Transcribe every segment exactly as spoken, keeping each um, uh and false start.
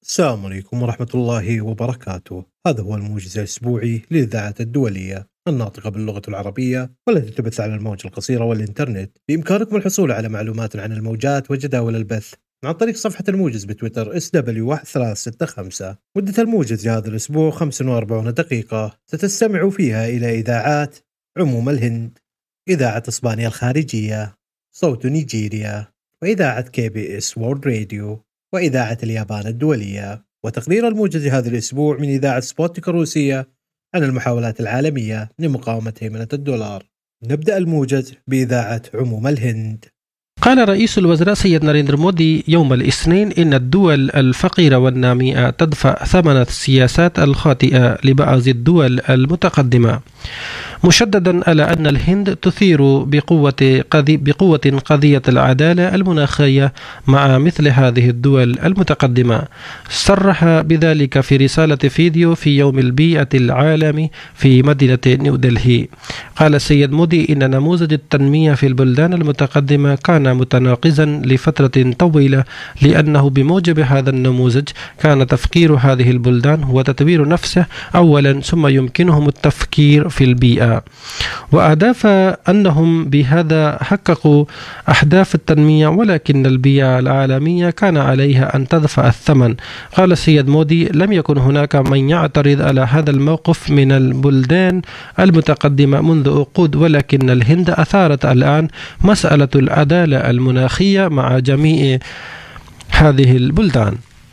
السلام عليكم ورحمة الله وبركاته. هذا هو الموجز الأسبوعي للإذاعة الدولية الناطقة باللغة العربية والتي تبث على الموجة القصيرة والإنترنت. بإمكانكم الحصول على معلومات عن الموجات وجداول البث عن طريق صفحة الموجز بتويتر إس دبليو واحد ثلاثة ستة خمسة. مدة الموجز لهذا الأسبوع خمسة وأربعين دقيقة، ستستمع فيها إلى إذاعات عموم الهند، إذاعة إسبانيا الخارجية، صوت نيجيريا، وإذاعة كي بي إس وورد راديو، وإذاعة اليابان الدولية. وتقرير الموجز هذا الأسبوع من إذاعة سبوتنيك الروسية عن المحاولات العالمية لمقاومة هيمنة الدولار. نبدأ الموجز بإذاعة عموم الهند. قال رئيس الوزراء سيد ناريندر مودي يوم الاثنين إن الدول الفقيرة والنامئة تدفع ثمن السياسات الخاطئة لبعض الدول المتقدمة، مشددا على أن الهند تثير بقوة قضي بقوة قضية العدالة المناخية مع مثل هذه الدول المتقدمة. صرح بذلك في رسالة فيديو في يوم البيئة العالمي في مدينة نيودلهي. قال السيد مودي إن نموذج التنمية في البلدان المتقدمة كان متناقضا لفترة طويلة، لأنه بموجب هذا النموذج كان تفكير هذه البلدان هو تطوير نفسه أولا، ثم يمكنهم التفكير في البيئة. وأضاف أنهم بهذا حققوا أهداف التنمية، ولكن البيئة العالمية كان عليها أن تدفع الثمن. قال السيد مودي: لم يكن هناك من يعترض على هذا الموقف من البلدان المتقدمة منذ عقود، ولكن الهند أثارت الآن مسألة العدالة المناخية مع جميع هذه البلدان.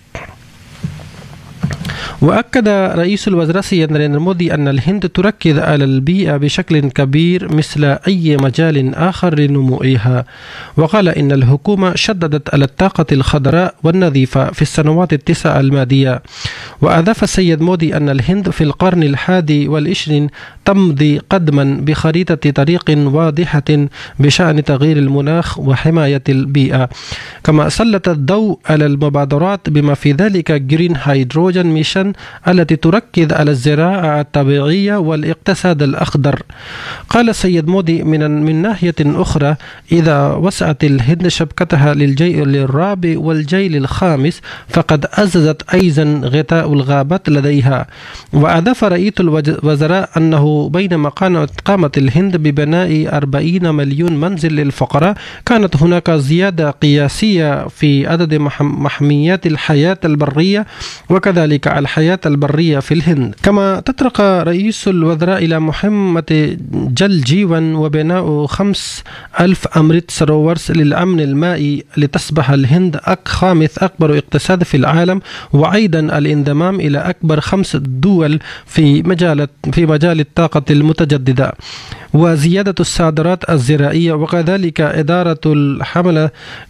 وأكد رئيس الوزراء سيد ناريندر مودي أن الهند تركز على البيئة بشكل كبير مثل أي مجال آخر لنموئها، وقال إن الحكومة شددت على الطاقة الخضراء والنظيفة في السنوات التسع الماضية. وأضاف السيد مودي أن الهند في القرن الحادي والعشرين تمضي قدما بخريطة طريق واضحة بشأن تغيير المناخ وحماية البيئة، كما سلط الضوء على المبادرات بما في ذلك جرين هيدروجين ميشن التي تركز على الزراعة الطبيعية والاقتصاد الأخضر. قال السيد مودي: من من ناحية أخرى، إذا وسعت الهند شبكتها للجيل الرابع والجيل الخامس فقد أززت أيضا غطاء الغابات لديها. وأضاف رئيس الوزراء أنه بينما قامت الهند ببناء أربعين مليون منزل للفقراء، كانت هناك زيادة قياسية في عدد محميات الحياة البرية وكذلك الحياة البرية في الهند. كما تطرق رئيس الوزراء إلى مهمة جل جيوان وبناء خمس ألف أمريت سروورز للأمن المائي لتصبح الهند خامس أكبر اقتصاد في العالم، وأيضا الانضمام إلى أكبر خمس دول في مجال في مجال الطاقة المتجددة وزيادة الصادرات الزراعية، وكذلك إدارة الحملة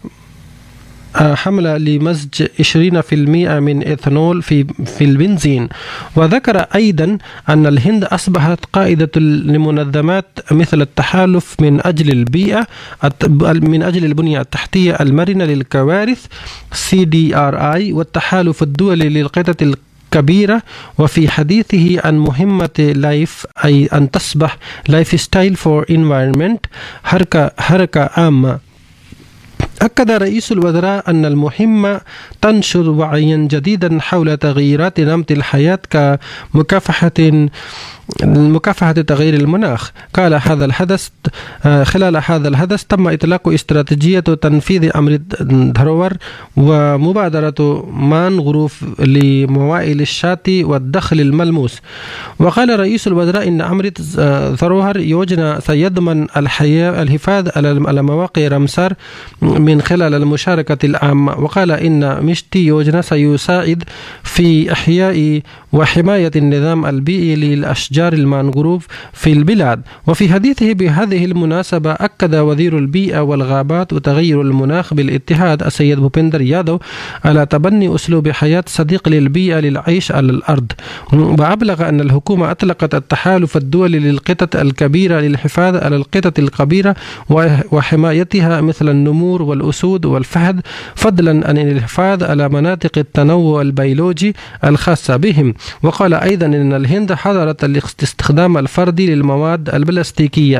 حملة لمزج عشرين بالمئة من إيثانول في في البنزين. وذكر أيضا أن الهند أصبحت قائدة لمنظمات مثل التحالف من أجل البيئة من أجل البنية التحتية المرنة للكوارث سي دي آر آي والتحالف الدولي للقطط كبيرة. وفي حديثه عن مهمة لايف، أي أن تصبح لايف ستايل فور انفايرمنت حركة حركة عامة، أكد رئيس الوزراء أن المهمة تنشر وعيا جديدا حول تغييرات نمط الحياة كمكافحة مكافحة تغيير المناخ. قال هذا الحدث خلال هذا الحدث تم إطلاق استراتيجية تنفيذ أمريت دهرور ومبادرة مانغروف لموائل الشاة والدخل الملموس. وقال رئيس الوزراء إن أمريت دهرور يوجنا سيضمن الحياة الحفاظ على مواقع رامسار من خلال المشاركة العامة. وقال إن مشتي يوجنا سيساعد في إحياء وحماية النظام البيئي للأشجار المانغروف في البلاد. وفي حديثه بهذه المناسبة أكد وزير البيئة والغابات وتغير المناخ بالاتحاد السيد بوبيندر يادو على تبني أسلوب حياة صديق للبيئة للعيش على الأرض. وأبلغ أن الحكومة أطلقت التحالف الدولي للقطط الكبيرة للحفاظ على القطط الكبيرة وحمايتها مثل النمور والأسود والفهد، فضلا عن الحفاظ على مناطق التنوع البيولوجي الخاصة بهم. وقال أيضا أن الهند حظرت الاستخدام الفردي للمواد البلاستيكية.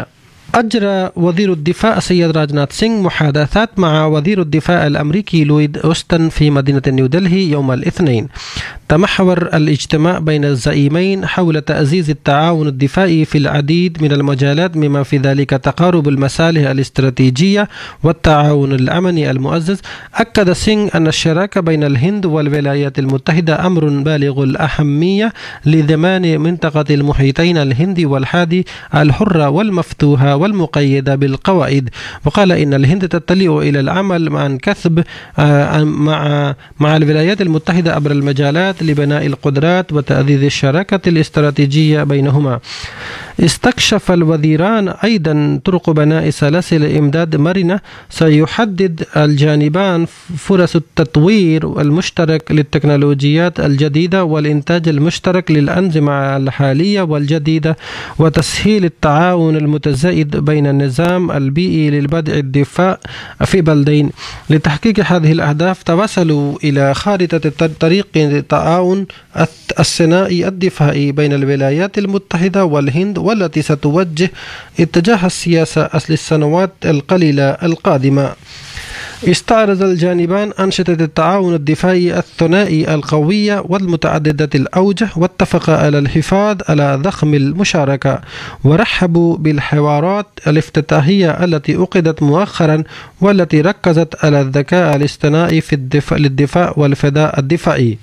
أجرى وزير الدفاع السيد راجناث سينغ محادثات مع وزير الدفاع الأمريكي لويد أوستن في مدينة نيودلهي يوم الاثنين. تمحور الاجتماع بين الزعيمين حول تعزيز التعاون الدفاعي في العديد من المجالات، مما في ذلك تقارب المصالح الاستراتيجية والتعاون الأمني المؤزز. أكد سينغ أن الشراكة بين الهند والولايات المتحدة أمر بالغ الأهمية لضمان منطقة المحيطين الهندي والحادي الحرة والمفتوحة والمقيدة بالقواعد. وقال إن الهند تتجه إلى العمل مع كسب مع مع الولايات المتحدة عبر المجالات لبناء القدرات وتعزيز الشراكة الاستراتيجية بينهما. استكشف الوزيران أيضا طرق بناء سلاسل إمداد مرنة سيحدد الجانبان فرص التطوير المشترك للتكنولوجيات الجديدة والإنتاج المشترك للأنظمة الحالية والجديدة، وتسهيل التعاون المتزايد بين النظام البيئي للبدء الدفاع في بلدين. لتحقيق هذه الأهداف توصلوا إلى خارطة طريق التعاون الثنائي الدفاعي بين الولايات المتحدة والهند، والتي ستوجه اتجاه السياسة للسنوات القليلة القادمة. استعرض الجانبان أنشطة التعاون الدفاعي الثنائي القوية والمتعددة الأوجه، واتفقا على الحفاظ على ضخم المشاركة، ورحبوا بالحوارات الافتتاحية التي عقدت مؤخرا والتي ركزت على الذكاء الاصطناعي في الدفاع للدفاع والفضاء الدفاعي.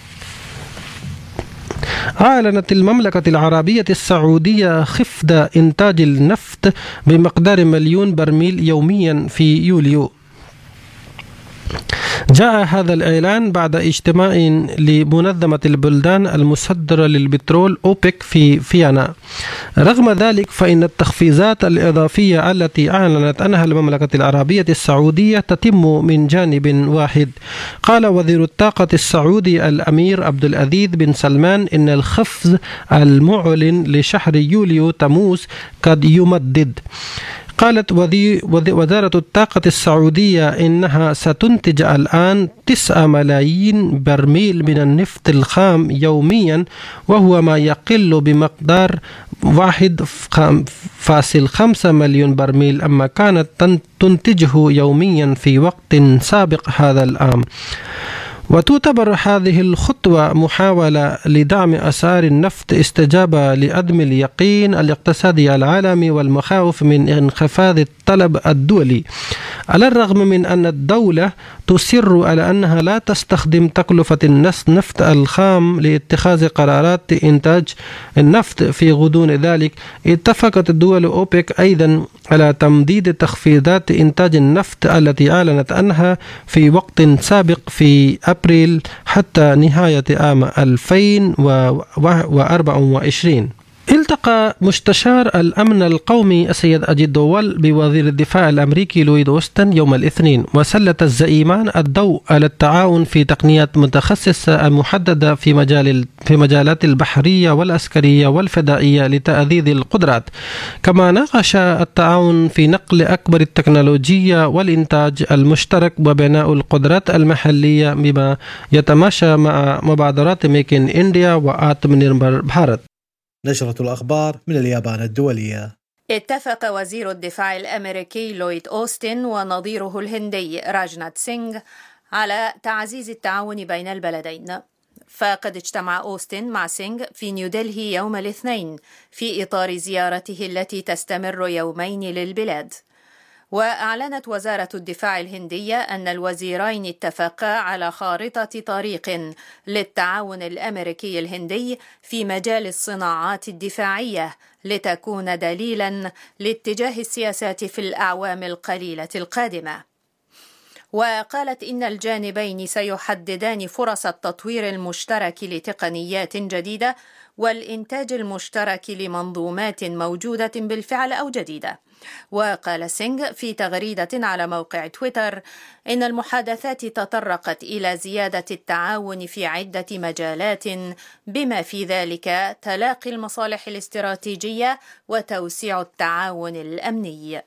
أعلنت المملكة العربية السعودية خفض إنتاج النفط بمقدار مليون برميل يوميا في يوليو. جاء هذا الإعلان بعد اجتماع لمنظمة البلدان المصدرة للبترول أوبك في فيينا. رغم ذلك فإن التخفيضات الإضافية التي أعلنت عنها المملكة العربية السعودية تتم من جانب واحد. قال وزير الطاقة السعودي الأمير عبد العزيز بن سلمان إن الخفض المعلن لشهر يوليو تموز قد يمدد. قالت وزارة الطاقة السعودية إنها ستنتج الآن تسعة ملايين برميل من النفط الخام يوميا، وهو ما يقل بمقدار واحد فاصل خمسة مليون برميل أما كانت تنتجه يوميا في وقت سابق هذا العام. وتعتبر هذه الخطوة محاولة لدعم أسعار النفط استجابة لعدم اليقين الاقتصادي العالمي والمخاوف من انخفاض الطلب الدولي، على الرغم من أن الدولة تصر على أنها لا تستخدم تكلفة النفط الخام لاتخاذ قرارات إنتاج النفط. في غضون ذلك اتفقت دول أوبك أيضا على تمديد تخفيضات إنتاج النفط التي أعلنت عنها في وقت سابق في أبريل حتى نهاية عام ألفين وأربعة وعشرين. التقى مستشار الأمن القومي السيد أجيت دوال بوزير الدفاع الأمريكي لويد أوستن يوم الاثنين، وسلط الزعيمان الضوء على التعاون في تقنيات متخصصة محددة في مجال في مجالات البحرية والعسكرية والفضائية لتعزيز القدرات. كما ناقش التعاون في نقل أكبر التكنولوجيا والإنتاج المشترك وبناء القدرات المحلية بما يتماشى مع مبادرات ميك إن إنديا وآتم نيرمبر بھارت. نشرة الأخبار من اليابان الدولية. اتفق وزير الدفاع الأمريكي لويد أوستن ونظيره الهندي راجناث سينغ على تعزيز التعاون بين البلدين. فقد اجتمع أوستن مع سينغ في نيودلهي يوم الاثنين في إطار زيارته التي تستمر يومين للبلاد. وأعلنت وزارة الدفاع الهندية أن الوزيرين اتفقا على خارطة طريق للتعاون الأمريكي الهندي في مجال الصناعات الدفاعية لتكون دليلا لاتجاه السياسات في الأعوام القليلة القادمة. وقالت إن الجانبين سيحددان فرص التطوير المشترك لتقنيات جديدة والإنتاج المشترك لمنظومات موجودة بالفعل أو جديدة. وقال سينغ في تغريدة على موقع تويتر إن المحادثات تطرقت إلى زيادة التعاون في عدة مجالات بما في ذلك تلاقي المصالح الاستراتيجية وتوسيع التعاون الأمني.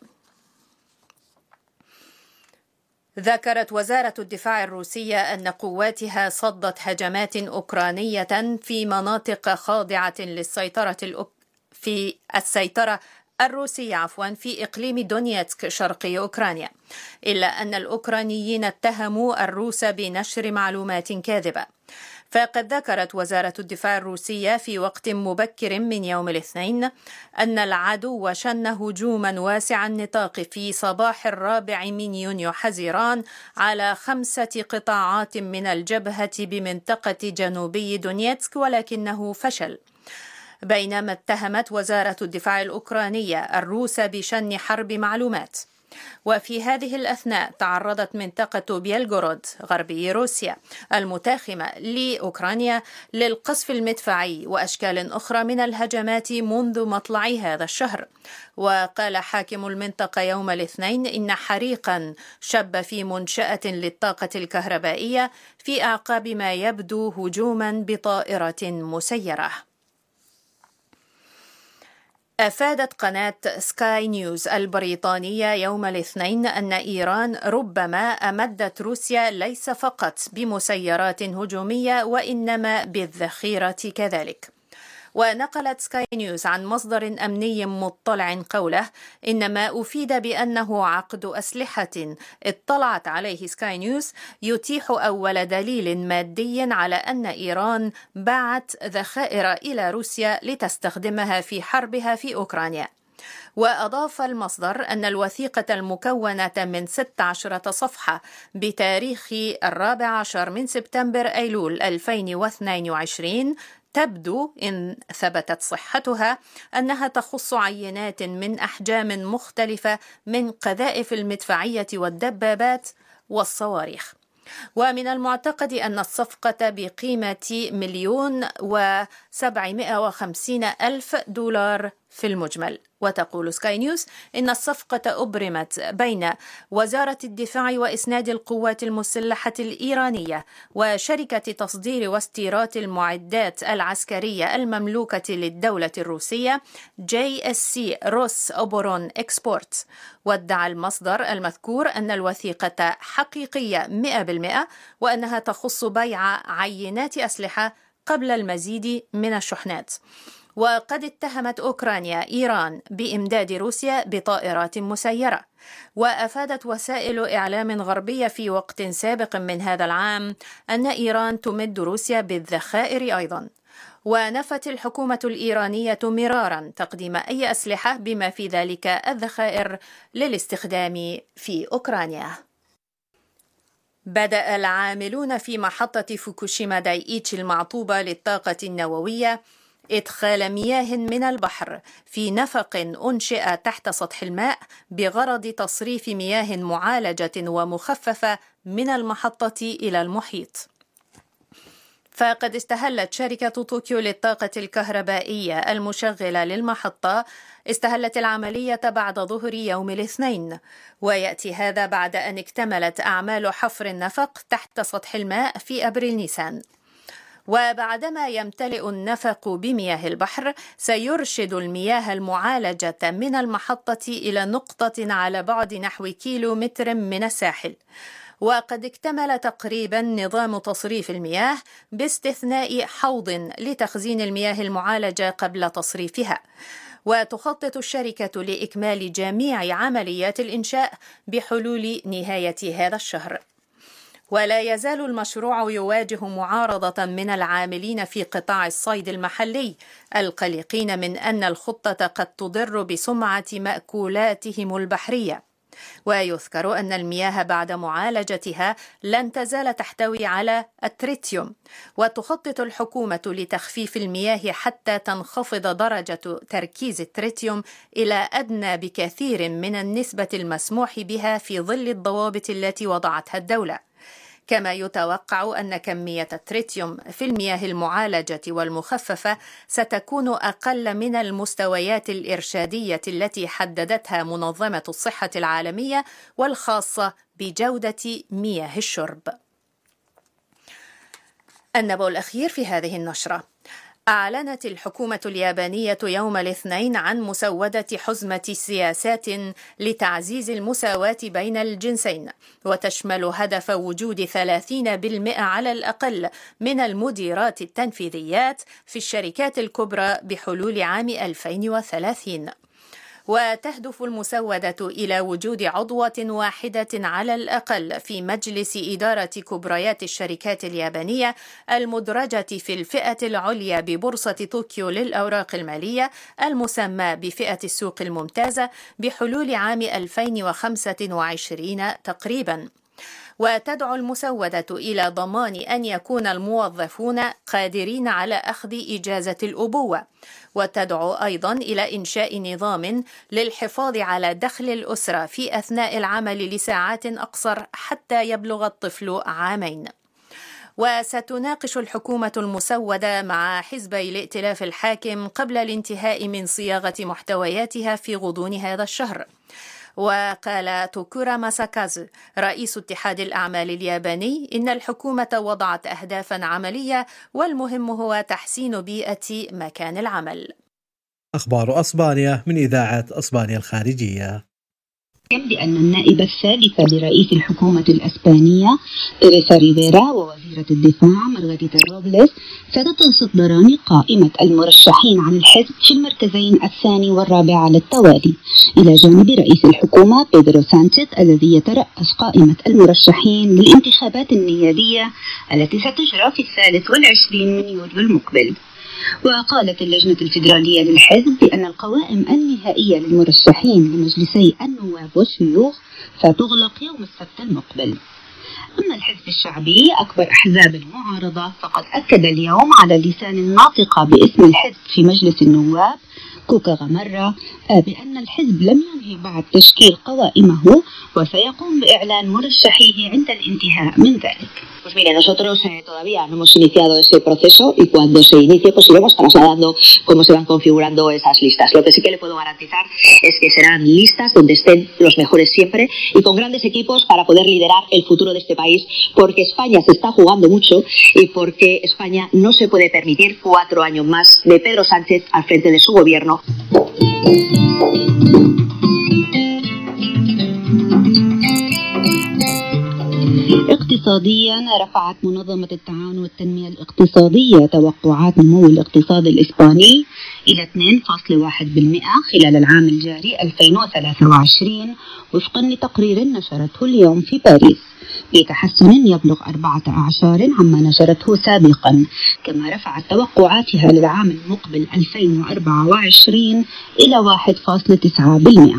ذكرت وزارة الدفاع الروسية أن قواتها صدت هجمات أوكرانية في مناطق خاضعة للسيطرة الأوك... في السيطرة الروسي عفوا في إقليم دونيتسك شرقي أوكرانيا، إلا أن الأوكرانيين اتهموا الروس بنشر معلومات كاذبة. فقد ذكرت وزارة الدفاع الروسية في وقت مبكر من يوم الاثنين أن العدو شن هجوما واسع النطاق في صباح الرابع من يونيو حزيران على خمسة قطاعات من الجبهة بمنطقة جنوبي دونيتسك، ولكنه فشل. بينما اتهمت وزارة الدفاع الأوكرانية الروس بشن حرب معلومات. وفي هذه الأثناء تعرضت منطقة بيلغورود غربي روسيا المتاخمة لأوكرانيا للقصف المدفعي وأشكال أخرى من الهجمات منذ مطلع هذا الشهر. وقال حاكم المنطقة يوم الاثنين إن حريقا شب في منشأة للطاقة الكهربائية في أعقاب ما يبدو هجوما بطائرة مسيرة. أفادت قناة سكاي نيوز البريطانية يوم الاثنين أن إيران ربما أمدت روسيا ليس فقط بمسيرات هجومية وإنما بالذخيرة كذلك. ونقلت سكاي نيوز عن مصدر أمني مطلع قوله إن ما أفيد بأنه عقد أسلحة اطلعت عليه سكاي نيوز يتيح أول دليل مادي على أن إيران باعت ذخائر إلى روسيا لتستخدمها في حربها في أوكرانيا. وأضاف المصدر أن الوثيقة المكونة من ست عشرة صفحة بتاريخ الرابع عشر من سبتمبر أيلول ألفين واثنين وعشرين تبدو إن ثبتت صحتها أنها تخص عينات من أحجام مختلفة من قذائف المدفعية والدبابات والصواريخ. ومن المعتقد أن الصفقة بقيمة مليون وسبعمائة وخمسين ألف دولار في المجمل. وتقول سكاي نيوز إن الصفقة أبرمت بين وزارة الدفاع وإسناد القوات المسلحة الإيرانية وشركة تصدير واستيراد المعدات العسكرية المملوكة للدولة الروسية جي إس سي روس أوبورون إكسبورت. وادعى المصدر المذكور أن الوثيقة حقيقية مئة بالمئة وأنها تخص بيع عينات أسلحة قبل المزيد من الشحنات. وقد اتهمت أوكرانيا إيران بإمداد روسيا بطائرات مسيرة. وأفادت وسائل إعلام غربية في وقت سابق من هذا العام أن إيران تمد روسيا بالذخائر أيضا. ونفت الحكومة الإيرانية مرارا تقديم أي أسلحة بما في ذلك الذخائر للاستخدام في أوكرانيا. بدأ العاملون في محطة فوكوشيما دايئيتشي المعطوبة للطاقة النووية إدخال مياه من البحر في نفق أنشئ تحت سطح الماء بغرض تصريف مياه معالجة ومخففة من المحطة إلى المحيط. فقد استهلت شركة طوكيو للطاقة الكهربائية المشغلة للمحطة استهلت العملية بعد ظهر يوم الاثنين، ويأتي هذا بعد أن اكتملت أعمال حفر النفق تحت سطح الماء في أبريل نيسان. وبعدما يمتلئ النفق بمياه البحر سيرشد المياه المعالجة من المحطة إلى نقطة على بعد نحو كيلو متر من الساحل. وقد اكتمل تقريبا نظام تصريف المياه باستثناء حوض لتخزين المياه المعالجة قبل تصريفها. وتخطط الشركة لإكمال جميع عمليات الإنشاء بحلول نهاية هذا الشهر. ولا يزال المشروع يواجه معارضة من العاملين في قطاع الصيد المحلي القلقين من أن الخطة قد تضر بسمعة مأكولاتهم البحرية. ويذكر أن المياه بعد معالجتها لن تزال تحتوي على التريتيوم. وتخطط الحكومة لتخفيف المياه حتى تنخفض درجة تركيز التريتيوم إلى أدنى بكثير من النسبة المسموح بها في ظل الضوابط التي وضعتها الدولة. كما يتوقع أن كمية التريتيوم في المياه المعالجة والمخففة ستكون أقل من المستويات الإرشادية التي حددتها منظمة الصحة العالمية والخاصة بجودة مياه الشرب. النبأ الأخير في هذه النشرة: أعلنت الحكومة اليابانية يوم الاثنين عن مسودة حزمة سياسات لتعزيز المساواة بين الجنسين، وتشمل هدف وجود ثلاثين بالمئة على الأقل من المديرات التنفيذيات في الشركات الكبرى بحلول عام ألفين وثلاثين. وتهدف المسودة إلى وجود عضوة واحدة على الأقل في مجلس إدارة كبريات الشركات اليابانية المدرجة في الفئة العليا ببورصة طوكيو للأوراق المالية المسمى بفئة السوق الممتازة بحلول عام ألفين وخمسة وعشرين تقريباً. وتدعو المسودة إلى ضمان أن يكون الموظفون قادرين على أخذ إجازة الأبوة، وتدعو أيضا إلى إنشاء نظام للحفاظ على دخل الأسرة في أثناء العمل لساعات أقصر حتى يبلغ الطفل عامين. وستناقش الحكومة المسودة مع حزبي الائتلاف الحاكم قبل الانتهاء من صياغة محتوياتها في غضون هذا الشهر. وقال توكورا ماساكازو رئيس اتحاد الأعمال الياباني إن الحكومة وضعت أهدافا عملية والمهم هو تحسين بيئة مكان العمل. أخبار أسبانيا من إذاعة أسبانيا الخارجية. بأن النائب الثالث لرئيس الحكومة الأسبانية تيريسا ريفيرا ووزيرة الدفاع مارغاريتا روبليس ستصدران قائمة المرشحين عن الحزب في المركزين الثاني والرابع على التوالي، إلى جانب رئيس الحكومة بيدرو سانشيز الذي يترأس قائمة المرشحين للانتخابات النيابية التي ستجرى في الثالث والعشرين من يوليو المقبل. وقالت اللجنة الفيدرالية للحزب بأن القوائم النهائية للمرشحين لمجلسي النواب والشيوخ ستغلق يوم السبت المقبل. أما الحزب الشعبي أكبر أحزاب المعارضة فقد أكد اليوم على لسان الناطقة باسم الحزب في مجلس النواب كوكا غامارا بأن الحزب لم ينهي بعد تشكيل قوائمه وسيقوم بإعلان مرشحيه عند الانتهاء من ذلك. Pues mire, nosotros eh, todavía no hemos iniciado ese proceso y cuando se inicie pues iremos trasladando cómo se van configurando esas listas. Lo que sí que le puedo garantizar es que serán listas donde estén los mejores siempre y con grandes equipos para poder liderar el futuro de este país, porque España se está jugando mucho y porque España no se puede permitir cuatro años más de Pedro Sánchez al frente de su gobierno. اقتصاديا، رفعت منظمة التعاون والتنمية الاقتصادية توقعات نمو الاقتصاد الإسباني إلى اثنين فاصلة واحد بالمئة خلال العام الجاري ألفين وثلاثة وعشرين وفقا لتقرير نشرته اليوم في باريس، بتحسن يبلغ أربعة أعشار عما نشرته سابقا، كما رفعت توقعاتها للعام المقبل ألفين وأربعة وعشرين إلى واحد فاصلة تسعة بالمئة.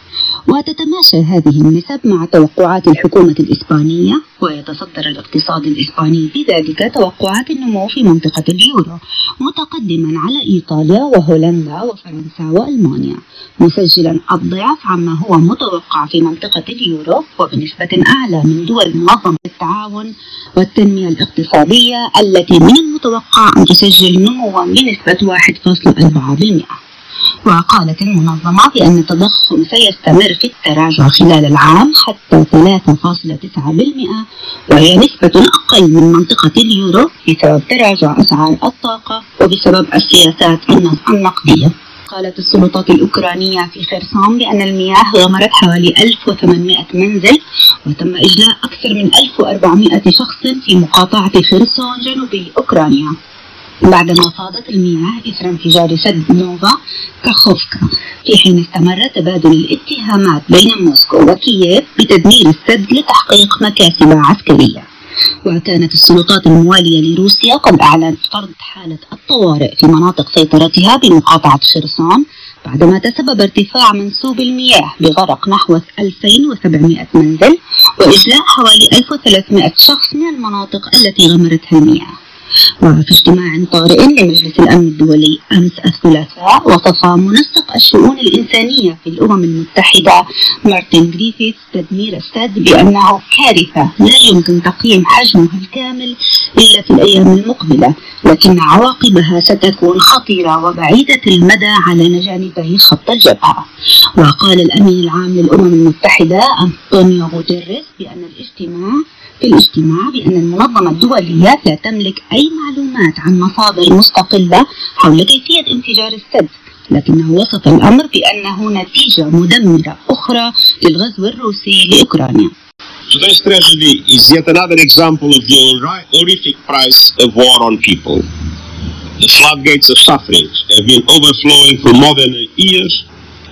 وتتماشى هذه النسب مع توقعات الحكومة الإسبانية، ويتصدر الاقتصاد الإسباني بذلك توقعات النمو في منطقة اليورو، متقدما على إيطاليا وهولندا وفرنسا وألمانيا، مسجلا الضعف عما هو متوقع في منطقة اليورو وبنسبة أعلى من دول منظمة التعاون والتنمية الاقتصادية التي من المتوقع أن تسجل نموا بنسبة واحد فاصلة أربعة بالمئة. وقالت المنظمة بأن التضخم سيستمر في التراجع خلال العام حتى ثلاثة فاصلة تسعة بالمئة، وهي نسبة أقل من منطقة اليورو بسبب تراجع أسعار الطاقة وبسبب السياسات النقدية. قالت السلطات الأوكرانية في خرسون بأن المياه غمرت حوالي ألف وثمانمئة منزل، وتم إجلاء أكثر من ألف وأربعمئة شخص في مقاطعة خرسون جنوبي أوكرانيا بعدما فاضت المياه إثر انفجار سد نوفا كاخوفكا، في حين استمر تبادل الاتهامات بين موسكو وكييف بتدمير السد لتحقيق مكاسب عسكرية. وكانت السلطات الموالية لروسيا قد أعلنت فرض حالة الطوارئ في مناطق سيطرتها بمقاطعة خرسون بعدما تسبب ارتفاع منسوب المياه بغرق نحو ألفين وسبعمئة منزل وإجلاء حوالي ألف وثلاثمئة شخص من المناطق التي غمرتها المياه. وفي اجتماع طارئ لمجلس الأمن الدولي أمس الثلاثاء، وصف منسق الشؤون الإنسانية في الأمم المتحدة مارتن غريفيث تدمير السد بأنه كارثة لا يمكن تقييم حجمها الكامل إلا في الأيام المقبلة، لكن عواقبها ستكون خطيرة وبعيدة المدى على جانبي خط الجبهة. وقال الأمين العام للأمم المتحدة أنطونيو غوتيريس بأن الاجتماع في الاجتماع بأن المنظمة الدولية لا تملك أي معلومات عن مصادر مستقلة حول كيفية انفجار السد، لكنه وصف الأمر بأنه نتيجة مدمرة أخرى للغزو الروسي لأوكرانيا. Today's tragedy is yet another example of the horrific price of war on people. The floodgates of suffering have been overflowing for more than a year,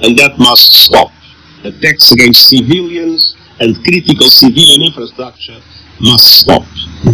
and that must stop. Attacks against civilians and critical civilian infrastructure must stop.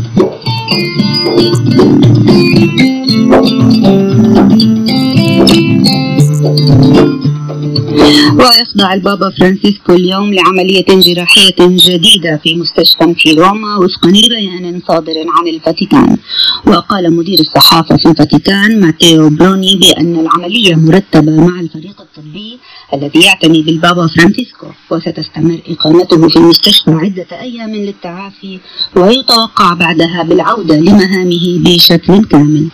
ويخضع البابا فرانسيسكو اليوم لعملية جراحية جديدة في مستشفى في روما وفقا لبيان صادر عن الفاتيكان. وقال مدير الصحافة في الفاتيكان ماتيو بروني بأن العملية مرتبة مع الفريق الطبي الذي يعتني بالبابا فرانسيسكو، وستستمر إقامته في المستشفى عدة أيام للتعافي، ويتوقع بعدها بالعودة لمهامه بشكل كامل.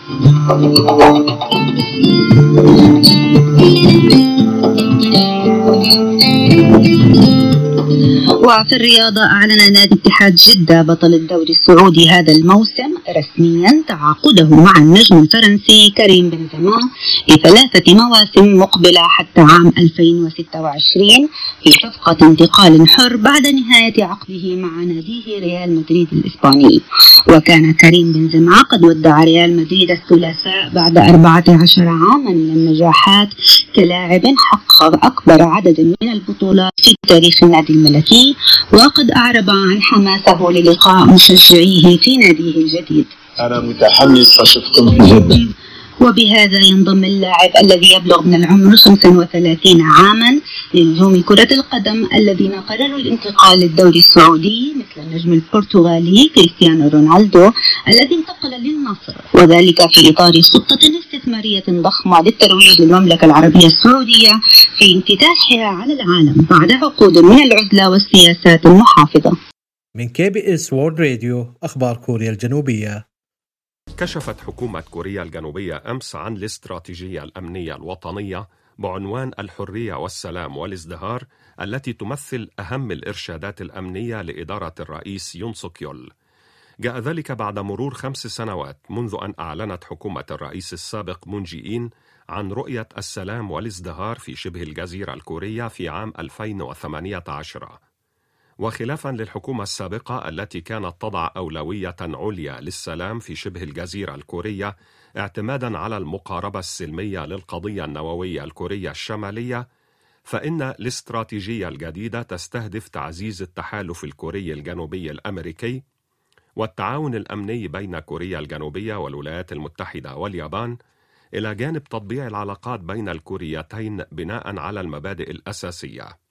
وفي الرياضة أعلن نادي اتحاد جدة بطل الدوري السعودي هذا الموسم رسميا تعاقده مع النجم الفرنسي كريم بنزيما لثلاثة مواسم مقبلة حتى عام ألفين وستة وعشرين في صفقة انتقال حر بعد نهاية عقده مع ناديه ريال مدريد الإسباني. وكان كريم بنزيما قد ودع ريال مدريد الثلاثاء بعد أربعة عشر عاما من النجاحات كلاعب حقق أكبر عدد من البطولات في تاريخ النادي الملكي، وقد أعرب عن حماسه للقاء مشجعيه في ناديه الجديد. أنا متحمس أشوفكم في جدة. وبهذا ينضم اللاعب الذي يبلغ من العمر خمسة وثلاثين عاما لنجوم كرة القدم الذين قرروا الانتقال للدوري السعودي، مثل النجم البرتغالي كريستيانو رونالدو الذي انتقل للنصر، وذلك في إطار خطة استثمارية ضخمة للترويج للمملكة العربية السعودية في انفتاحها على العالم بعد عقود من العزلة والسياسات المحافظة. من كي بي اس وورد راديو أخبار كوريا الجنوبية. كشفت حكومة كوريا الجنوبية أمس عن الاستراتيجية الأمنية الوطنية بعنوان الحرية والسلام والازدهار، التي تمثل أهم الإرشادات الأمنية لإدارة الرئيس يون سوك يول. جاء ذلك بعد مرور خمس سنوات منذ أن أعلنت حكومة الرئيس السابق مون جي إن عن رؤية السلام والازدهار في شبه الجزيرة الكورية في عام ألفين وثمانية عشر. وخلافا للحكومة السابقة التي كانت تضع أولوية عليا للسلام في شبه الجزيرة الكورية اعتمادا على المقاربة السلمية للقضية النووية الكورية الشمالية، فإن الاستراتيجية الجديدة تستهدف تعزيز التحالف الكوري الجنوبي الأمريكي والتعاون الأمني بين كوريا الجنوبية والولايات المتحدة واليابان، إلى جانب تطبيع العلاقات بين الكوريتين بناء على المبادئ الأساسية.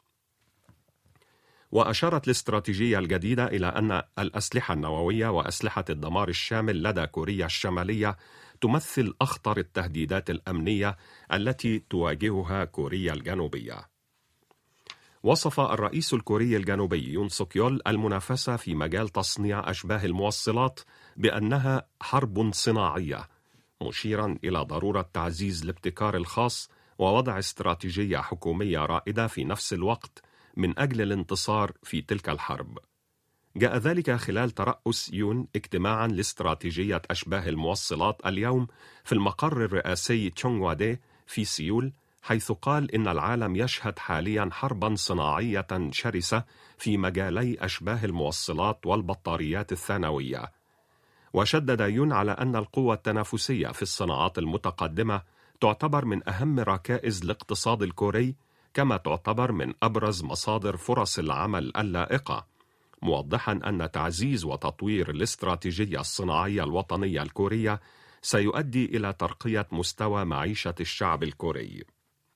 وأشارت الاستراتيجية الجديدة إلى أن الأسلحة النووية وأسلحة الدمار الشامل لدى كوريا الشمالية تمثل أخطر التهديدات الأمنية التي تواجهها كوريا الجنوبية. وصف الرئيس الكوري الجنوبي يون سوك يول المنافسة في مجال تصنيع أشباه الموصلات بأنها حرب صناعية، مشيرا إلى ضرورة تعزيز الابتكار الخاص ووضع استراتيجية حكومية رائدة في نفس الوقت من أجل الانتصار في تلك الحرب. جاء ذلك خلال ترأس يون اجتماعا لاستراتيجية أشباه الموصلات اليوم في المقر الرئاسي تشونغوادي في سيول، حيث قال إن العالم يشهد حاليا حربا صناعية شرسة في مجالي أشباه الموصلات والبطاريات الثانوية. وشدد يون على أن القوة التنافسية في الصناعات المتقدمة تعتبر من أهم ركائز الاقتصاد الكوري، كما تعتبر من أبرز مصادر فرص العمل اللائقة، موضحا أن تعزيز وتطوير الاستراتيجية الصناعية الوطنية الكورية سيؤدي إلى ترقية مستوى معيشة الشعب الكوري.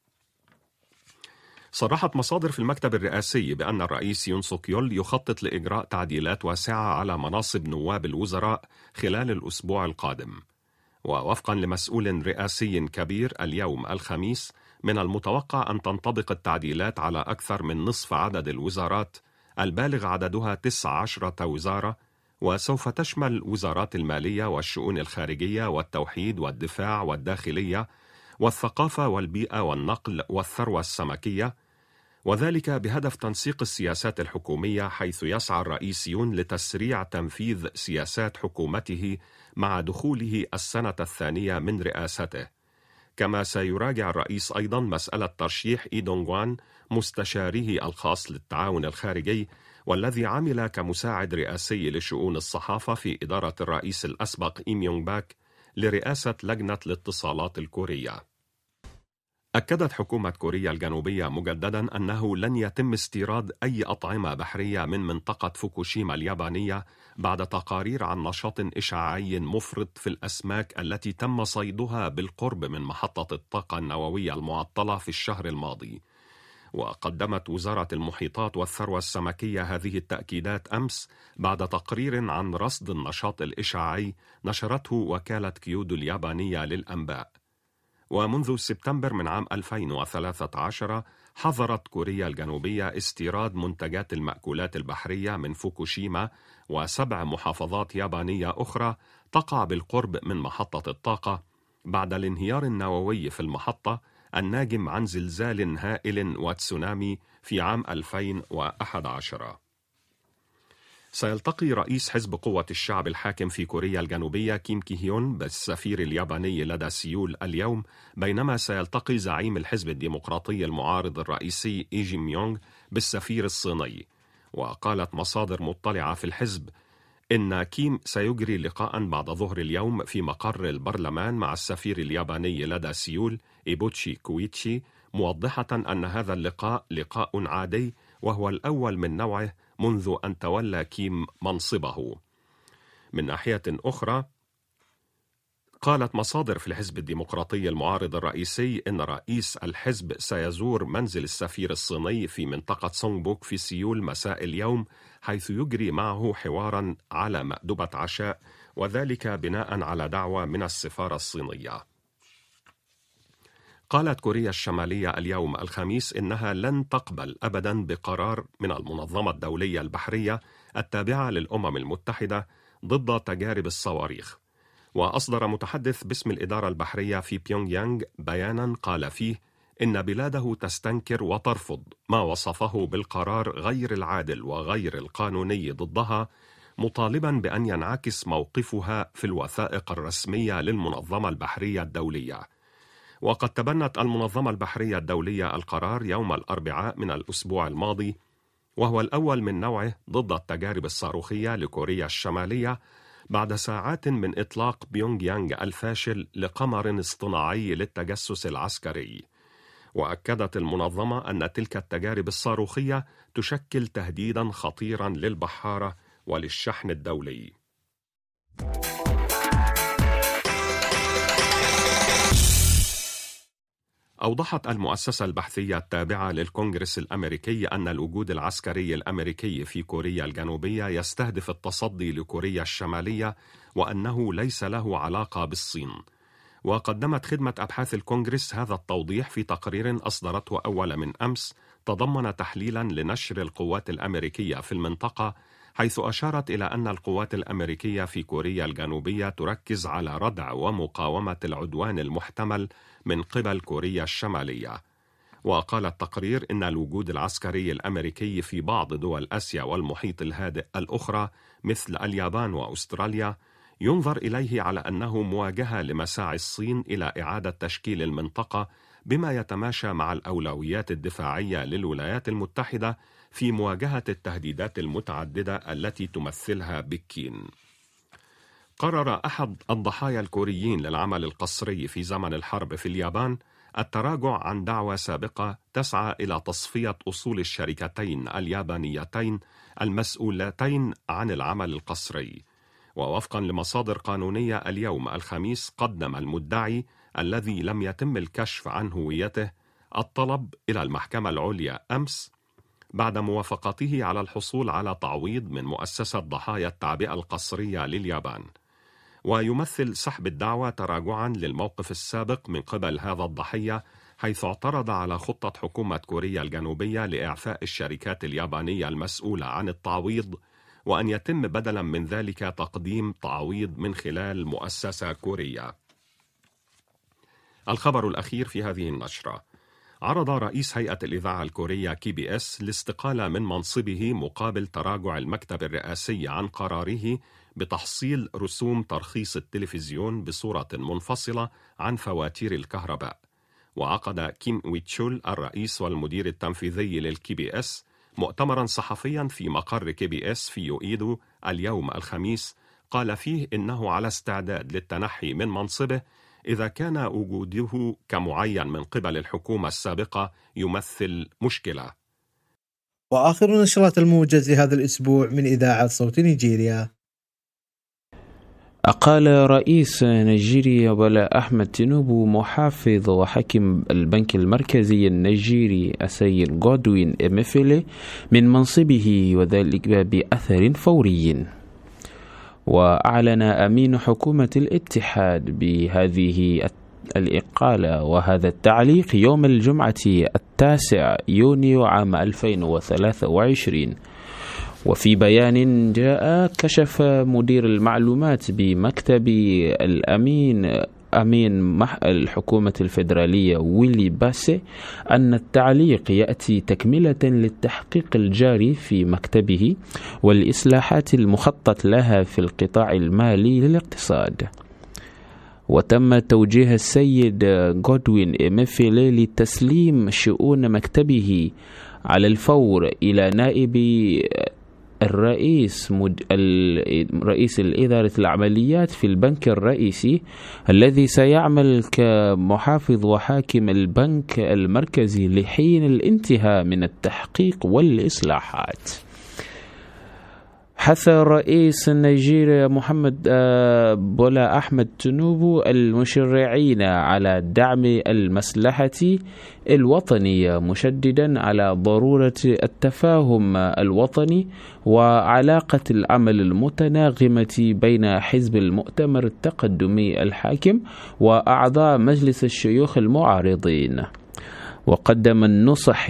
صرحت مصادر في المكتب الرئاسي بأن الرئيس يون سوك يول يخطط لإجراء تعديلات واسعة على مناصب نواب الوزراء خلال الأسبوع القادم. ووفقا لمسؤول رئاسي كبير اليوم الخميس، من المتوقع أن تنطبق التعديلات على أكثر من نصف عدد الوزارات البالغ عددها تسع عشرة وزارة، وسوف تشمل وزارات المالية والشؤون الخارجية والتوحيد والدفاع والداخلية والثقافة والبيئة والنقل والثروة السمكية، وذلك بهدف تنسيق السياسات الحكومية، حيث يسعى الرئيس يون لتسريع تنفيذ سياسات حكومته مع دخوله السنة الثانية من رئاسته. كما سيراجع الرئيس أيضا مسألة ترشيح إي دونغ وان مستشاره الخاص للتعاون الخارجي، والذي عمل كمساعد رئاسي لشؤون الصحافة في إدارة الرئيس الأسبق إيم يونغ باك لرئاسة لجنة الاتصالات الكورية. أكدت حكومة كوريا الجنوبية مجددا أنه لن يتم استيراد أي أطعمة بحرية من منطقة فوكوشيما اليابانية بعد تقارير عن نشاط إشعاعي مفرط في الأسماك التي تم صيدها بالقرب من محطة الطاقة النووية المعطلة في الشهر الماضي. وقدمت وزارة المحيطات والثروة السمكية هذه التأكيدات أمس بعد تقرير عن رصد النشاط الإشعاعي نشرته وكالة كيودو اليابانية للأنباء. ومنذ سبتمبر من عام ألفين وثلاثة عشر حظرت كوريا الجنوبية استيراد منتجات المأكولات البحرية من فوكوشيما وسبع محافظات يابانية أخرى تقع بالقرب من محطة الطاقة بعد الانهيار النووي في المحطة الناجم عن زلزال هائل وتسونامي في عام ألفين وأحد عشر. سيلتقي رئيس حزب قوة الشعب الحاكم في كوريا الجنوبية كيم كي هيون بالسفير الياباني لدى سيول اليوم، بينما سيلتقي زعيم الحزب الديمقراطي المعارض الرئيسي إي جي ميونغ بالسفير الصيني. وقالت مصادر مطلعة في الحزب إن كيم سيجري لقاء بعد ظهر اليوم في مقر البرلمان مع السفير الياباني لدى سيول إيبوتشي كويتشي، موضحة أن هذا اللقاء لقاء عادي وهو الأول من نوعه منذ أن تولى كيم منصبه. من ناحية أخرى، قالت مصادر في الحزب الديمقراطي المعارض الرئيسي إن رئيس الحزب سيزور منزل السفير الصيني في منطقة سونغبوك في سيول مساء اليوم، حيث يجري معه حوارا على مأدبة عشاء، وذلك بناء على دعوة من السفارة الصينية. قالت كوريا الشمالية اليوم الخميس إنها لن تقبل أبدا بقرار من المنظمة الدولية البحرية التابعة للأمم المتحدة ضد تجارب الصواريخ. وأصدر متحدث باسم الإدارة البحرية في بيونغ يانغ بيانا قال فيه إن بلاده تستنكر وترفض ما وصفه بالقرار غير العادل وغير القانوني ضدها، مطالبا بأن ينعكس موقفها في الوثائق الرسمية للمنظمة البحرية الدولية. وقد تبنت المنظمة البحرية الدولية القرار يوم الأربعاء من الأسبوع الماضي، وهو الأول من نوعه ضد التجارب الصاروخية لكوريا الشمالية بعد ساعات من إطلاق بيونغ يانغ الفاشل لقمر اصطناعي للتجسس العسكري. وأكدت المنظمة أن تلك التجارب الصاروخية تشكل تهديدا خطيرا للبحارة وللشحن الدولي. أوضحت المؤسسة البحثية التابعة للكونغرس الأمريكي أن الوجود العسكري الأمريكي في كوريا الجنوبية يستهدف التصدي لكوريا الشمالية، وأنه ليس له علاقة بالصين. وقدمت خدمة أبحاث الكونغرس هذا التوضيح في تقرير أصدرته أول من أمس، تضمن تحليلا لنشر القوات الأمريكية في المنطقة، حيث أشارت إلى أن القوات الأمريكية في كوريا الجنوبية تركز على ردع ومقاومة العدوان المحتمل من قبل كوريا الشمالية. وقال التقرير إن الوجود العسكري الأمريكي في بعض دول آسيا والمحيط الهادئ الأخرى مثل اليابان وأستراليا ينظر إليه على أنه مواجهة لمساعي الصين إلى إعادة تشكيل المنطقة، بما يتماشى مع الأولويات الدفاعية للولايات المتحدة في مواجهة التهديدات المتعددة التي تمثلها بكين. قرر أحد الضحايا الكوريين للعمل القسري في زمن الحرب في اليابان التراجع عن دعوى سابقة تسعى إلى تصفية أصول الشركتين اليابانيتين المسؤولتين عن العمل القسري. ووفقا لمصادر قانونية اليوم الخميس، قدم المدعي الذي لم يتم الكشف عن هويته الطلب إلى المحكمة العليا أمس بعد موافقته على الحصول على تعويض من مؤسسة ضحايا التعبئة القسرية لليابان. ويمثل سحب الدعوى تراجعا للموقف السابق من قبل هذا الضحية، حيث اعترض على خطة حكومة كوريا الجنوبية لإعفاء الشركات اليابانية المسؤولة عن التعويض، وأن يتم بدلا من ذلك تقديم تعويض من خلال مؤسسة كورية. الخبر الأخير في هذه النشرة: عرض رئيس هيئة الإذاعة الكورية كي بي إس الاستقالة من منصبه مقابل تراجع المكتب الرئاسي عن قراره بتحصيل رسوم ترخيص التلفزيون بصورة منفصلة عن فواتير الكهرباء. وعقد كيم ويتشول الرئيس والمدير التنفيذي للكي بي إس مؤتمرا صحفيا في مقر كي بي إس في يوئيدو اليوم الخميس، قال فيه إنه على استعداد للتنحي من منصبه إذا كان وجوده كمعين من قبل الحكومة السابقة يمثل مشكلة. وآخر نشرات الموجز لهذا الأسبوع من إذاعة صوت نيجيريا. أقال رئيس نيجيريا بولا أحمد تينوبو محافظ وحاكم البنك المركزي النيجيري السيد غودوين إميفيلي من منصبه، وذلك بأثر فوري. وأعلن أمين حكومة الاتحاد بهذه الإقالة وهذا التعليق يوم الجمعة التاسع يونيو عام ألفين وثلاثة وعشرين. وفي بيان جاء كشف مدير المعلومات بمكتب الأمين أمين الحكومة الفيدرالية ويلي باسي أن التعليق يأتي تكملة للتحقيق الجاري في مكتبه والإصلاحات المخطط لها في القطاع المالي للاقتصاد. وتم توجيه السيد غودوين إميفيلي لتسليم شؤون مكتبه على الفور إلى نائب الرئيس مد... رئيس الإدارة العمليات في البنك الرئيسي الذي سيعمل كمحافظ وحاكم البنك المركزي لحين الانتهاء من التحقيق والإصلاحات. حث رئيس نيجيريا محمد بولا أحمد تينوبو المشرعين على دعم المصلحة الوطنية، مشددا على ضرورة التفاهم الوطني وعلاقة العمل المتناغمة بين حزب المؤتمر التقدمي الحاكم وأعضاء مجلس الشيوخ المعارضين. وقدم النصح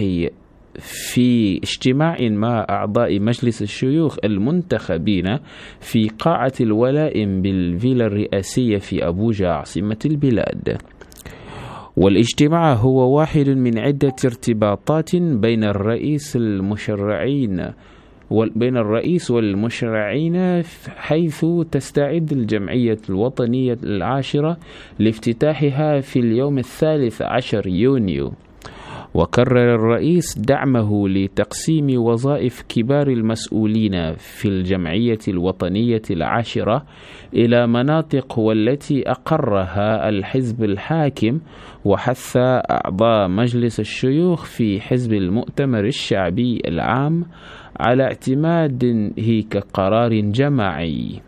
في اجتماع مع أعضاء مجلس الشيوخ المنتخبين في قاعة الولائم بالفيلا الرئاسية في أبوجا عاصمة البلاد. والاجتماع هو واحد من عدة ارتباطات بين الرئيس المشرعين بين الرئيس والمشرعين، حيث تستعد الجمعية الوطنية العاشرة لافتتاحها في اليوم الثالث عشر يونيو. وكرر الرئيس دعمه لتقسيم وظائف كبار المسؤولين في الجمعية الوطنية العاشرة إلى مناطق والتي أقرها الحزب الحاكم، وحث أعضاء مجلس الشيوخ في حزب المؤتمر الشعبي العام على اعتماده كقرار جماعي.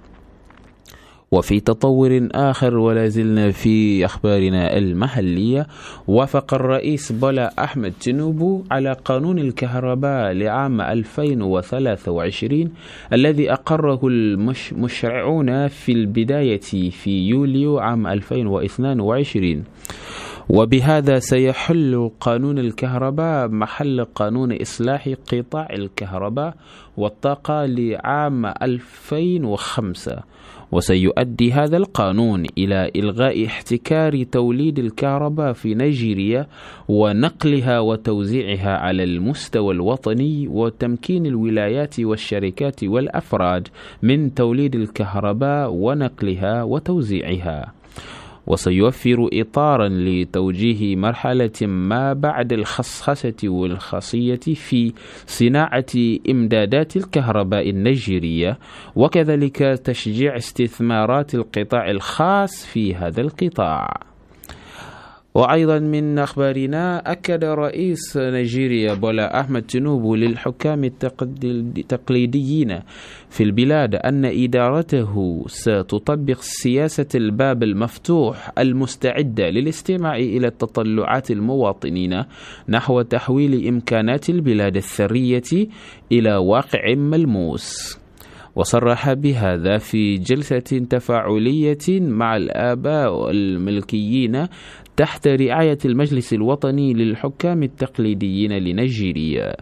وفي تطور آخر ولا زلنا في أخبارنا المحلية، وافق الرئيس بولا أحمد تينوبو على قانون الكهرباء لعام ألفين وثلاثة وعشرين الذي أقره المشرعون في البداية في يوليو عام ألفين واثنين وعشرين. وبهذا سيحل قانون الكهرباء محل قانون إصلاح قطاع الكهرباء والطاقة لعام ألفين وخمسة. وسيؤدي هذا القانون إلى إلغاء احتكار توليد الكهرباء في نيجيريا ونقلها وتوزيعها على المستوى الوطني، وتمكين الولايات والشركات والأفراد من توليد الكهرباء ونقلها وتوزيعها. وسيوفر إطارا لتوجيه مرحلة ما بعد الخصخصة والخاصية في صناعة إمدادات الكهرباء النيجيرية، وكذلك تشجيع استثمارات القطاع الخاص في هذا القطاع. وأيضا من أخبارنا، أكد رئيس نيجيريا بولا أحمد تينوبو للحكام التقليديين في البلاد أن إدارته ستطبق سياسة الباب المفتوح المستعدة للاستماع إلى تطلعات المواطنين نحو تحويل إمكانات البلاد الثرية إلى واقع ملموس. وصرح بهذا في جلسة تفاعلية مع الآباء الملكيين تحت رعاية المجلس الوطني للحكام التقليديين لنيجيريا.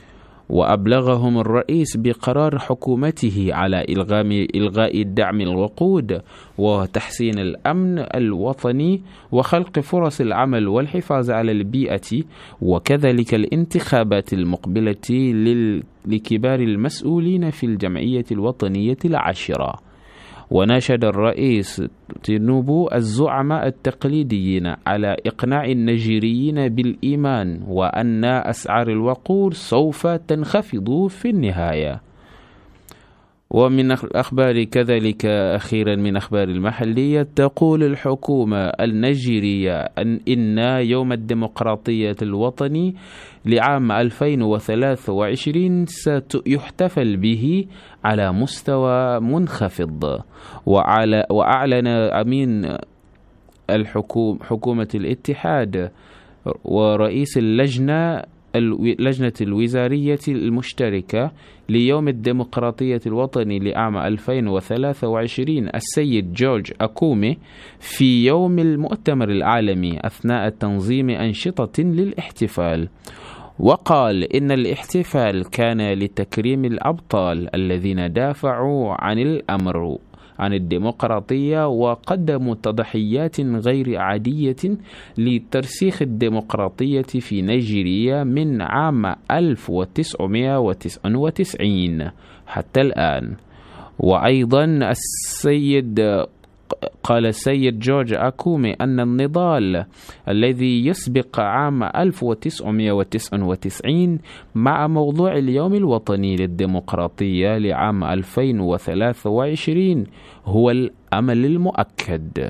وأبلغهم الرئيس بقرار حكومته على إلغاء الدعم الوقود وتحسين الأمن الوطني وخلق فرص العمل والحفاظ على البيئة، وكذلك الانتخابات المقبلة لكبار المسؤولين في الجمعية الوطنية العاشرة. وناشد الرئيس تينوبو الزعماء التقليديين على إقناع النيجيريين بالإيمان وأن أسعار الوقود سوف تنخفض في النهاية. ومن الأخبار كذلك أخيرا من أخبار المحلية، تقول الحكومة النيجيرية أن إن يوم الديمقراطية الوطني لعام ألفين وثلاثة وعشرين سيحتفل به على مستوى منخفض. وأعلن أمين الحكومة حكومة الاتحاد ورئيس اللجنة اللجنة الوزارية المشتركة ليوم الديمقراطية الوطني لعام ألفين وثلاثة وعشرين السيد جورج أكومي في يوم المؤتمر العالمي أثناء تنظيم أنشطة للاحتفال. وقال إن الاحتفال كان لتكريم الأبطال الذين دافعوا عن الأمر عن الديمقراطية وقدموا تضحيات غير عادية لترسيخ الديمقراطية في نيجيريا من عام ألف وتسعمائة وتسعة وتسعين حتى الآن. وأيضا السيد قال السيد جورج أكومي أن النضال الذي يسبق عام ألف وتسعمائة وتسعة وتسعين مع موضوع اليوم الوطني للديمقراطية لعام ألفين وثلاثة وعشرين هو الأمل المؤكد.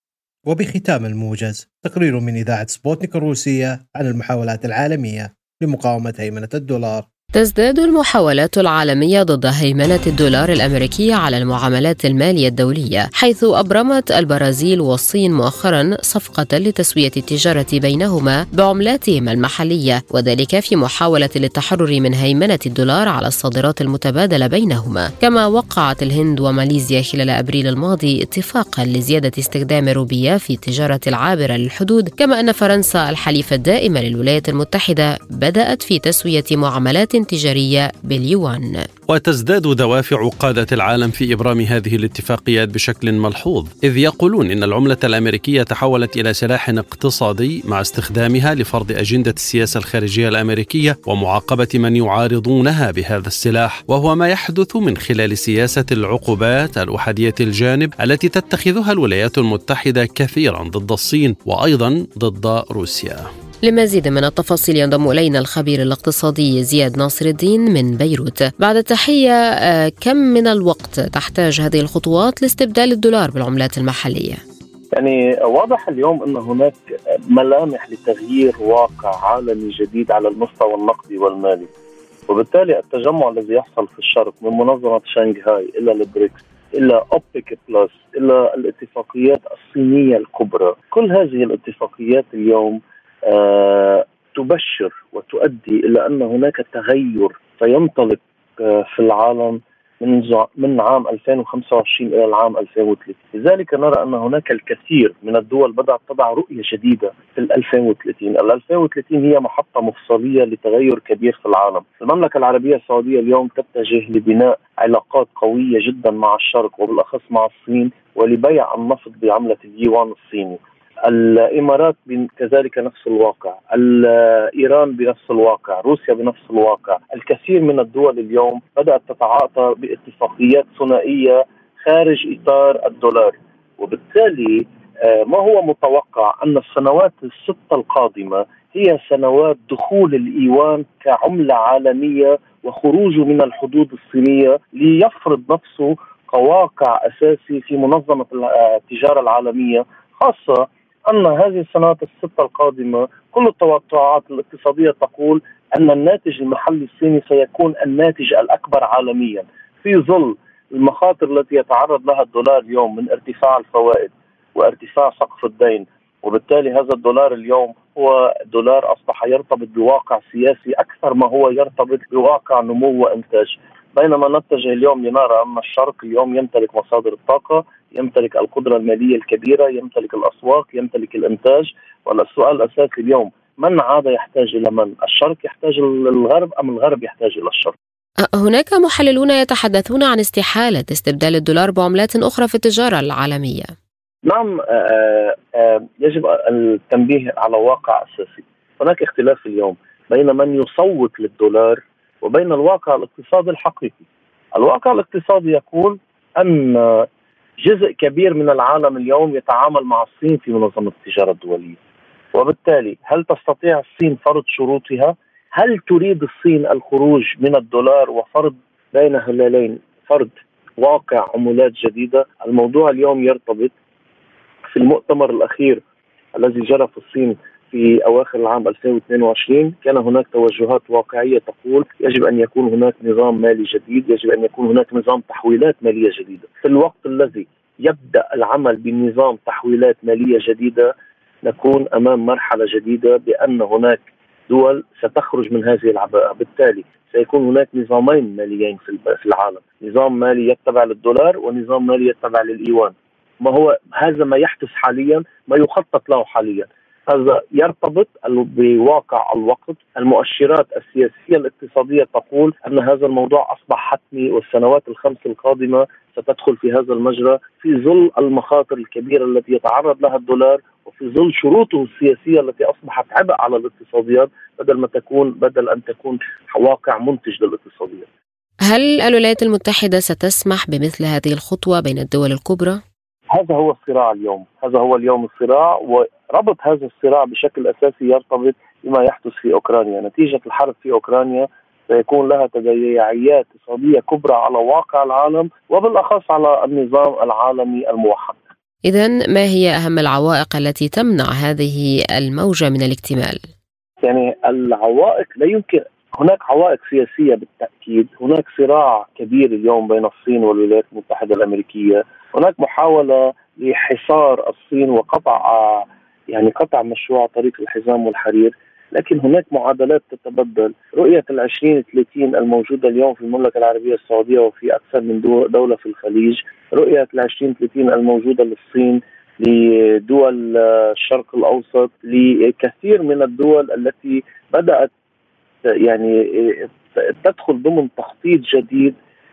وبختام الموجز، تقرير من إذاعة سبوتنيك الروسية عن المحاولات العالمية لمقاومة هيمنة الدولار. تزداد المحاولات العالمية ضد هيمنة الدولار الأمريكي على المعاملات المالية الدولية، حيث أبرمت البرازيل والصين مؤخرا صفقة لتسوية التجارة بينهما بعملاتهما المحلية، وذلك في محاولة للتحرر من هيمنة الدولار على الصادرات المتبادلة بينهما. كما وقعت الهند وماليزيا خلال أبريل الماضي اتفاقا لزيادة استخدام الروبية في التجارة العابرة للحدود، كما أن فرنسا الحليفة الدائمة للولايات المتحدة بدأت في تسوية معاملات تجارية باليوان. وتزداد دوافع قادة العالم في إبرام هذه الاتفاقيات بشكل ملحوظ، إذ يقولون إن العملة الأمريكية تحولت إلى سلاح اقتصادي مع استخدامها لفرض أجندة السياسة الخارجية الأمريكية ومعاقبة من يعارضونها بهذا السلاح، وهو ما يحدث من خلال سياسة العقوبات الأحادية الجانب التي تتخذها الولايات المتحدة كثيرا ضد الصين وأيضا ضد روسيا. لمزيد من التفاصيل ينضم إلينا الخبير الاقتصادي زياد ناصر الدين من بيروت. بعد التحية، كم من الوقت تحتاج هذه الخطوات لاستبدال الدولار بالعملات المحلية؟ يعني واضح اليوم أن هناك ملامح لتغيير واقع عالمي جديد على المستوى النقدي والمالي، وبالتالي التجمع الذي يحصل في الشرق من منظمة شنغهاي إلى البريكس إلى أوبك بلس إلى الاتفاقيات الصينية الكبرى، كل هذه الاتفاقيات اليوم أه تبشر وتؤدي إلى أن هناك تغير سينطلق أه في العالم من من عام ألفين وخمسة وعشرين إلى العام ألفين وثلاثين. لذلك نرى أن هناك الكثير من الدول بدأت تضع رؤية جديدة في ألفين وثلاثين. ال ألفين وثلاثين هي محطة مفصلية لتغير كبير في العالم. المملكة العربية السعودية اليوم تتجه لبناء علاقات قوية جدا مع الشرق وبالأخص مع الصين ولبيع النفط بعملة اليوان الصيني. الإمارات كذلك نفس الواقع، إيران بنفس الواقع، روسيا بنفس الواقع. الكثير من الدول اليوم بدأت تتعاطى باتفاقيات ثنائية خارج إطار الدولار، وبالتالي ما هو متوقع أن السنوات الستة القادمة هي سنوات دخول الإيوان كعملة عالمية وخروجه من الحدود الصينية ليفرض نفسه كواقع أساسي في منظمة التجارة العالمية، خاصة أن هذه السنوات الستة القادمة كل التوقعات الاقتصادية تقول أن الناتج المحلي الصيني سيكون الناتج الأكبر عالميا في ظل المخاطر التي يتعرض لها الدولار اليوم من ارتفاع الفوائد وارتفاع سقف الدين. وبالتالي هذا الدولار اليوم هو دولار أصبح يرتبط بواقع سياسي أكثر ما هو يرتبط بواقع نمو وإنتاج، بينما نتجه اليوم لنرى أن الشرق اليوم يمتلك مصادر الطاقة، يمتلك القدرة المالية الكبيرة، يمتلك الأسواق، يمتلك الإنتاج. والسؤال الأساسي اليوم من عاد يحتاج إلى من؟ الشرق يحتاج للغرب أم الغرب يحتاج إلى الشرق؟ هناك محللون يتحدثون عن استحالة استبدال الدولار بعملات أخرى في التجارة العالمية. نعم، آآ آآ يجب التنبيه على واقع أساسي. هناك اختلاف اليوم بين من يصوت للدولار وبين الواقع الاقتصادي الحقيقي. الواقع الاقتصادي يقول أن جزء كبير من العالم اليوم يتعامل مع الصين في منظمة التجارة الدولية، وبالتالي هل تستطيع الصين فرض شروطها؟ هل تريد الصين الخروج من الدولار وفرض بين هلالين، فرض واقع عملات جديدة. الموضوع اليوم يرتبط في المؤتمر الأخير الذي جرى في الصين في أواخر العام ألفين واثنين وعشرين. كان هناك توجهات واقعية تقول يجب أن يكون هناك نظام مالي جديد، يجب أن يكون هناك نظام تحويلات مالية جديدة. في الوقت الذي يبدأ العمل بنظام تحويلات مالية جديدة نكون أمام مرحلة جديدة، بأن هناك دول ستخرج من هذه العباءة. بالتالي سيكون هناك نظامين ماليين في العالم، نظام مالي يتبع للدولار ونظام مالي يتبع للإيوان. ما هو هذا ما يحدث حاليا، ما يخطط له حاليا. هذا يرتبط بواقع الوقت. المؤشرات السياسية الاقتصادية تقول أن هذا الموضوع أصبح حتمي، والسنوات الخمس القادمة ستدخل في هذا المجرى في ظل المخاطر الكبيرة التي يتعرض لها الدولار، وفي ظل شروطه السياسية التي أصبحت عبء على الاقتصاديات بدل ما تكون بدل أن تكون واقع منتج للاقتصاديات. هل الولايات المتحدة ستسمح بمثل هذه الخطوة بين الدول الكبرى؟ هذا هو الصراع اليوم، هذا هو اليوم الصراع، وربط هذا الصراع بشكل أساسي يرتبط بما يحدث في أوكرانيا. نتيجة الحرب في أوكرانيا سيكون لها تداعيات اقتصادية كبرى على واقع العالم وبالأخص على النظام العالمي الموحد. إذن ما هي أهم العوائق التي تمنع هذه الموجة من الاكتمال؟ يعني العوائق لا يمكن، هناك عوائق سياسية بالتأكيد. هناك صراع كبير اليوم بين الصين والولايات المتحدة الأمريكية. هناك محاولة لحصار الصين وقطع يعني قطع مشروع طريق الحزام والحرير، لكن هناك معادلات تتبدل. رؤية العشرين ثلاثين الموجودة اليوم في المملكة العربية السعودية وفي أكثر من دولة في الخليج، رؤية العشرين ثلاثين الموجودة للصين، لدول الشرق الأوسط، لكثير من الدول التي بدأت يعني تدخل ضمن تخطيط جديد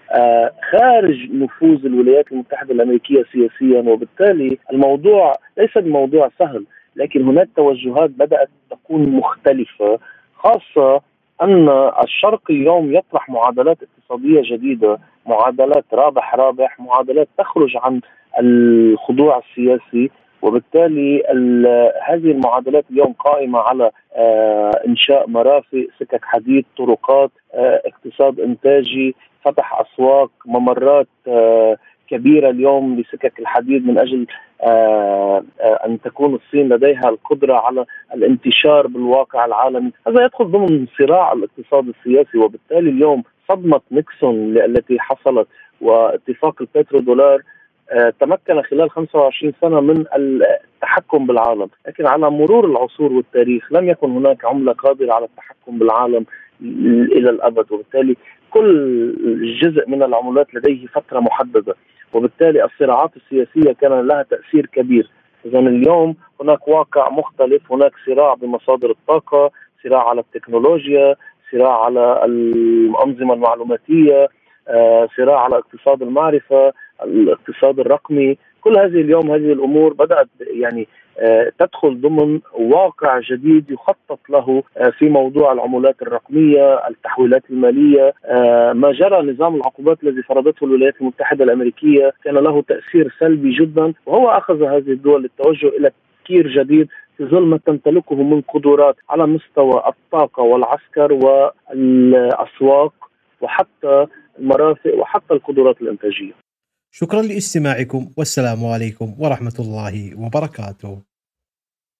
خارج نفوذ الولايات المتحدة الأمريكية سياسيا. وبالتالي الموضوع ليس بموضوع سهل، لكن هناك توجهات بدأت تكون مختلفة، خاصة أن الشرق اليوم يطرح معادلات اقتصادية جديدة، معادلات رابح رابح، معادلات تخرج عن الخضوع السياسي. وبالتالي هذه المعادلات اليوم قائمة على إنشاء مرافق، سكك حديد، طرقات، اقتصاد إنتاجي، فتح أسواق، ممرات كبيرة اليوم لسكك الحديد من أجل أن تكون الصين لديها القدرة على الانتشار بالواقع العالمي. هذا يدخل ضمن صراع الاقتصاد السياسي. وبالتالي اليوم صدمة نيكسون التي حصلت واتفاق البترودولار تمكن خلال خمسة وعشرين سنة من التحكم بالعالم، لكن على مرور العصور والتاريخ لم يكن هناك عملة قادرة على التحكم بالعالم إلى الأبد. وبالتالي كل جزء من العملات لديه فترة محددة، وبالتالي الصراعات السياسية كان لها تأثير كبير. إذن اليوم هناك واقع مختلف، هناك صراع بمصادر الطاقة، صراع على التكنولوجيا، صراع على الأنظمة المعلوماتية، صراع على اقتصاد المعرفة، الاقتصاد الرقمي. كل هذه اليوم هذه الأمور بدأت يعني تدخل ضمن واقع جديد يخطط له في موضوع العملات الرقمية، التحويلات المالية. ما جرى نظام العقوبات الذي فرضته الولايات المتحدة الأمريكية كان له تأثير سلبي جدا، وهو أخذ هذه الدول للتوجه إلى تفكير جديد في ظل ما تمتلكه من قدرات على مستوى الطاقة والعسكر والأسواق وحتى المرافق وحتى القدرات الإنتاجية. شكرا لاستماعكم، والسلام عليكم ورحمة الله وبركاته.